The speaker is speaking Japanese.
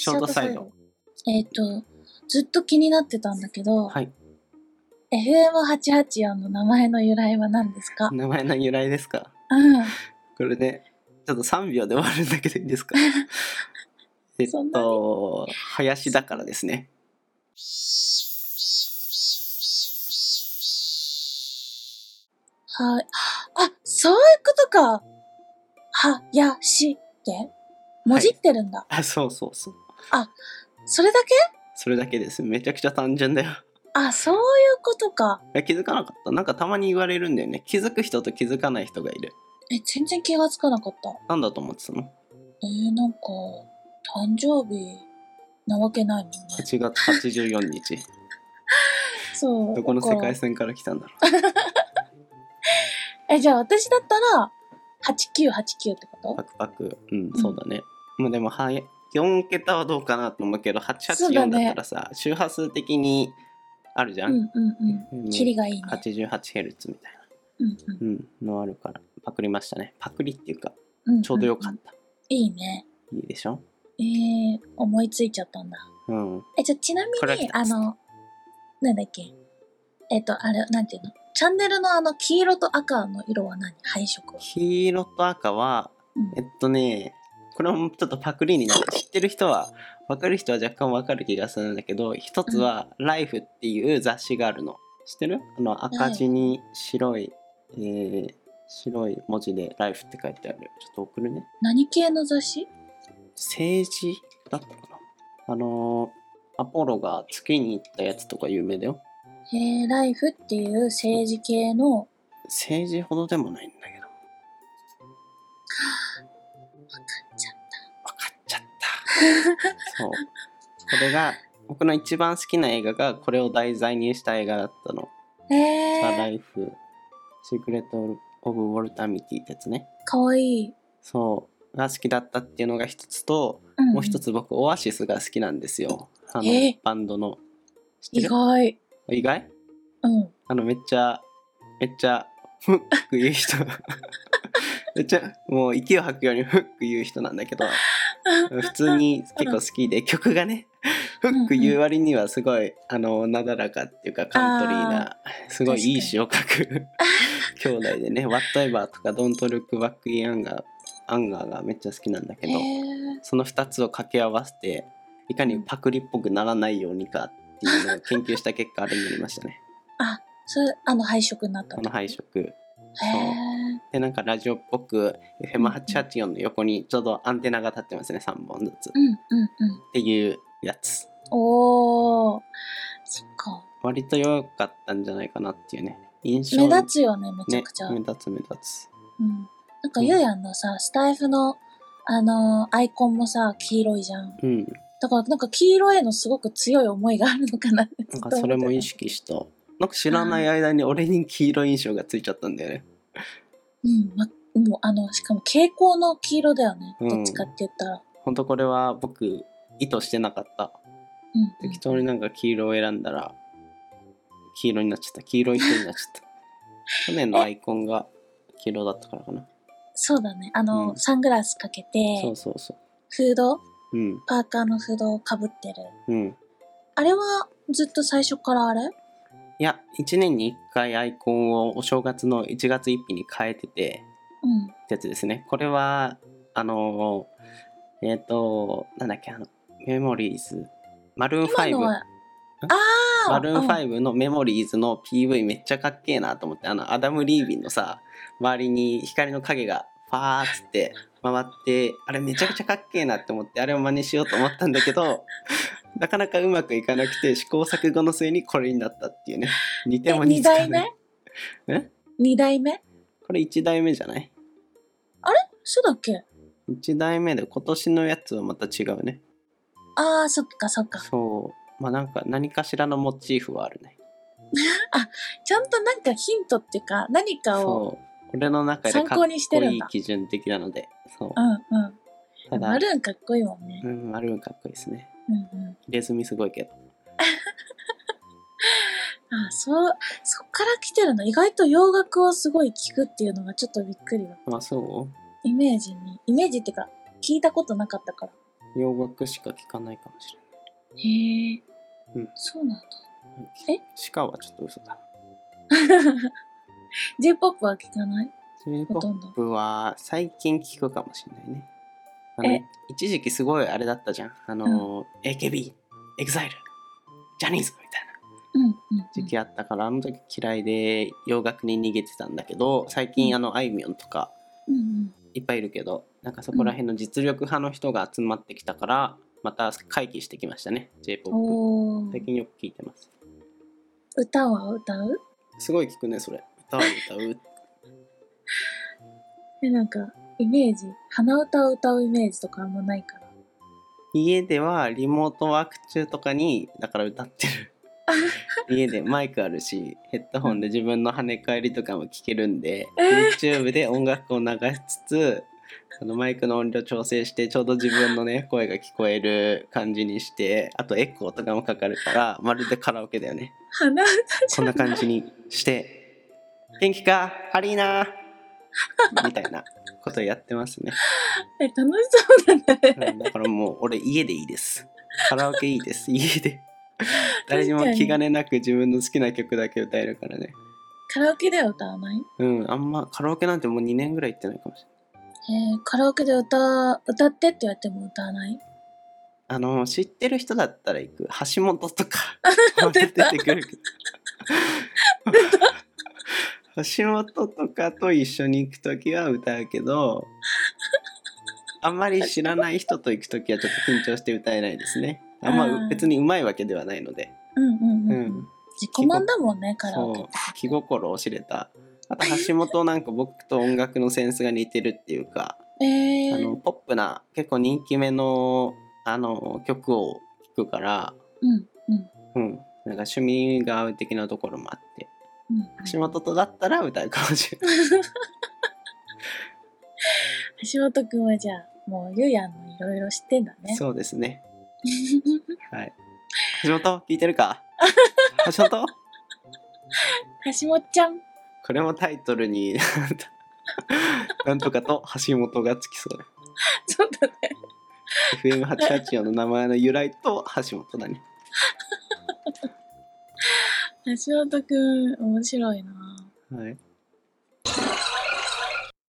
ショートサイド。 ずっと気になってたんだけど、 はい。 FM884 の名前の由来は何ですか？ 名前の由来ですか？ うん。 これね、ちょっと3秒で終わるんだけどいいですか？林だからですね。 はい。あ、そういうことか。林ってもじってるんだ。 あ、そうそうそう。 あ、それだけ？ それだけです。めちゃくちゃ単純だよ。 あ、そういうことか。 気づかなかった？なんかたまに言われるんだよね。気づく人と気づかない人がいる。 全然気がつかなかった。 なんだと思ってたの？ なんか、誕生日なわけないもんね。 8月84日。 そう。 どこの世界線から来たんだろう。じゃあ私だったら、8989ってこと？ パクパク。うん、そうだね。まあでも、4桁はどうかなと思うけど、884だったらさ、周波数的にあるじゃん。 キリがいいね。 88Hz みたいな、のあるからパクりましたね。パクリっていうか、ちょうどよかった。 いいね。 いいでしょ？ 思いついちゃったんだ。じゃあちなみになんだっけ、あれなんていうの？チャンネルの黄色と赤の色は何？配色は。 黄色と赤は、これもちょっとパクリになる。知ってる人は、分かる人は若干分かる気がするんだけど、一つはライフっていう雑誌があるの。知ってる？赤字に白い文字でライフって書いてある。ちょっと送るね。 何系の雑誌？ 政治だったかな。アポロが月に行ったやつとか有名だよ。 ライフっていう政治系の。 政治ほどでもないんだけど。分かっちゃった。そう。これが僕の一番好きな映画がこれを題材にした映画だったの。ザ・ライフ・シークレット・オブ・ウォルター・ミティってやつね。 かわいい。 そうが好きだったっていうのが一つと、もう一つ僕オアシスが好きなんですよ。バンドの。 意外？ 意外？めっちゃフック言う人めっちゃもう息を吐くようにフック言う人なんだけど、普通に結構好きで、曲がねフック言う割にはすごいなだらかっていうかカントリーなすごいいい詩を書く兄弟でね、Whatever とか Don't Look Back in Anger がめっちゃ好きなんだけど、その2つを掛け合わせていかにパクリっぽくならないようにかっていうのを研究した結果あれになりましたね。 それ配色になったの？ 配色。でなんかラジオっぽく FM884 の横にちょうどアンテナが立ってますね、3本ずつ、っていうやつ。 そっか。 割と良かったんじゃないかなっていうね印象。 目立つよね、めちゃくちゃ。 目立つ。 なんかゆうやんのさ、スタイフのアイコンもさ黄色いじゃん。だからなんか黄色へのすごく強い思いがあるのかなって。 なんかそれも意識した。なんか知らない間に俺に黄色い印象がついちゃったんだよね。 もうしかも蛍光の黄色だよね、どっちかって言ったら。 本当これは僕意図してなかった。適当になんか黄色を選んだら黄色になっちゃった。黄色い人になっちゃった去年のアイコンが黄色だったからかな。 そうだね、サングラスかけて、 そうフード、パーカーのフードをかぶってる、あれはずっと最初からあれ？ いや、1年に1回アイコンをお正月の1月1日に変えてて、ってやつですね。これはなんだっけ、メモリーズマルーン5マルーン5のメモリーズの PV めっちゃかっけえなと思って、アダム・リービンのさ周りに光の影がファーッつって回って、あれめちゃくちゃかっけえなって思って、あれを真似しようと思ったんだけどなかなかうまくいかなくて試行錯誤の末にこれになったっていうね。似ても似つかない。 2代目？ これ1代目じゃない？ あれ？そうだっけ ？1代目で今年のやつはまた違うね。 そっか。 そう。まあなんか何かしらのモチーフはあるね。 ちゃんとなんかヒントっていうか何かを俺の中でかっこいい基準的なので。そう。 ただマルーンかっこいいもんね。 マルーンかっこいいですね。入れ墨すごいけど。 そっから来てるの。意外と洋楽をすごい聞くっていうのがちょっとびっくりだ。 そう？ イメージっていうか聞いたことなかったから。 洋楽しか聞かないかもしれない。 へえ、 うん、 そうなんだ。 鹿はちょっと嘘だ。 J-POP は聞かない？ほとんど。 J-POP は最近聞くかもしれないね。一時期すごいあれだったじゃん。AKB、EXILE、ジャニーズみたいな時期あったから、あの時嫌いで洋楽に逃げてたんだけど、最近あいみょんとかいっぱいいるけど、なんかそこら辺の実力派の人が集まってきたから、また回帰してきましたね、J-POP。最近よく聞いてます。 歌は歌う？ すごい聞くね、それ。歌は歌う。 なんかイメージ、鼻歌を歌うイメージとかあんまないから。 家ではリモートワーク中とかにだから歌ってる。家でマイクあるし、ヘッドホンで自分の跳ね返りとかも聞けるんで、YouTube で音楽を流しつつ、マイクの音量調整してちょうど自分のね声が聞こえる感じにして、あとエコーとかもかかるからまるでカラオケだよね。 鼻歌こんな感じにして元気かハリーナみたいなことやってますね。 楽しそうだね。 だからもう俺家でいいです。カラオケいいです。家で誰にも気兼ねなく自分の好きな曲だけ歌えるからね。 カラオケでは歌わない？ あんまカラオケなんてもう2年ぐらい行ってないかもしれない。 カラオケで歌ってって言われても歌わない？ 知ってる人だったら行く。橋本とか出てくるけど橋本とかと一緒に行くときは歌うけど、あんまり知らない人と行くときはちょっと緊張して歌えないですね。あんま別に上手いわけではないので。 自己満だもんね、カラオケって。 気心を知れた。あと橋本なんか僕と音楽のセンスが似てるっていうか、ポップな結構人気めの曲を聴くから、なんか趣味が合う的なところもあって、橋本とだったら歌うかもしれない。 橋本くんはじゃあもうゆうやんのいろいろ知ってんだね。 そうですね。はい。橋本聞いてるか？橋本？ 橋本ちゃん。 これもタイトルになんとかと橋本がつきそうだ。 そうだね。 FM884 の名前の由来と橋本だね。 橋本くん面白いな。 はい。